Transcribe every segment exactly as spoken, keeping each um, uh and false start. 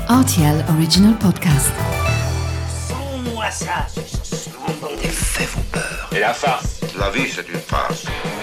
R T L Original Podcast. Sans-moi ça, ce Les faits vous peur. Et la farce? La vie, c'est une farce.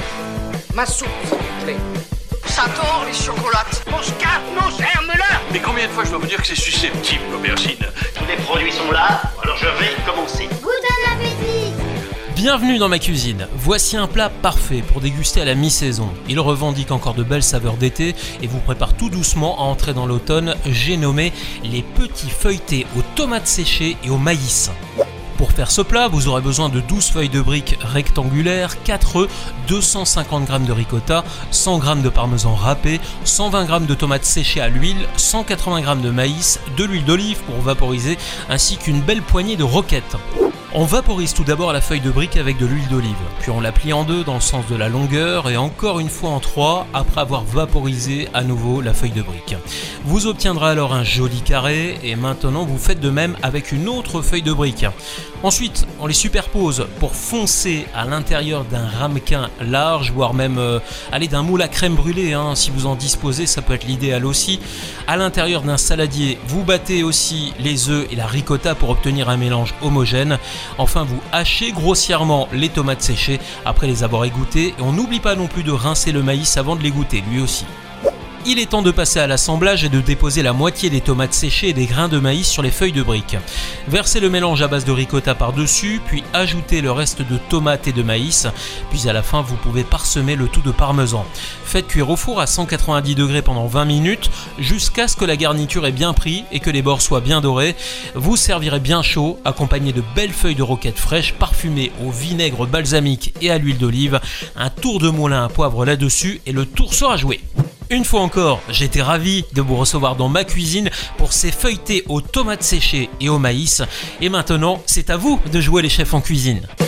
Ma soupe, s'il vous plaît. Ça tord les chocolates. Mon scarpe, mon germe-là. Mais combien de fois je dois vous dire que c'est susceptible, l'aubergine? Tous les produits sont là, alors je vais commencer. Bon appétit! Bienvenue dans ma cuisine. Voici un plat parfait pour déguster à la mi-saison. Il revendique encore de belles saveurs d'été et vous prépare tout doucement à entrer dans l'automne. J'ai nommé les petits feuilletés aux tomates séchées et au maïs. Pour faire ce plat, vous aurez besoin de douze feuilles de briques rectangulaires, quatre œufs, deux cent cinquante grammes de ricotta, cent grammes de parmesan râpé, cent vingt grammes de tomates séchées à l'huile, cent quatre-vingts grammes de maïs, de l'huile d'olive pour vaporiser, ainsi qu'une belle poignée de roquettes. On vaporise tout d'abord la feuille de brique avec de l'huile d'olive, puis on la plie en deux dans le sens de la longueur et encore une fois en trois après avoir vaporisé à nouveau la feuille de brique. Vous obtiendrez alors un joli carré et maintenant vous faites de même avec une autre feuille de brique. Ensuite, on les superpose pour foncer à l'intérieur d'un ramequin large, voire même euh, aller d'un moule à crème brûlée, hein, si vous en disposez, ça peut être l'idéal aussi. À l'intérieur d'un saladier, vous battez aussi les œufs et la ricotta pour obtenir un mélange homogène. Enfin, vous hachez grossièrement les tomates séchées après les avoir égouttées et on n'oublie pas non plus de rincer le maïs avant de l'égoutter lui aussi. Il est temps de passer à l'assemblage et de déposer la moitié des tomates séchées et des grains de maïs sur les feuilles de briques. Versez le mélange à base de ricotta par-dessus, puis ajoutez le reste de tomates et de maïs, puis à la fin vous pouvez parsemer le tout de parmesan. Faites cuire au four à cent quatre-vingt-dix degrés pendant vingt minutes, jusqu'à ce que la garniture ait bien pris et que les bords soient bien dorés. Vous servirez bien chaud, accompagné de belles feuilles de roquette fraîches parfumées au vinaigre balsamique et à l'huile d'olive, un tour de moulin à poivre là-dessus et le tour sera joué. Une fois encore, j'étais ravi de vous recevoir dans ma cuisine pour ces feuilletés aux tomates séchées et au maïs. Et maintenant, c'est à vous de jouer les chefs en cuisine.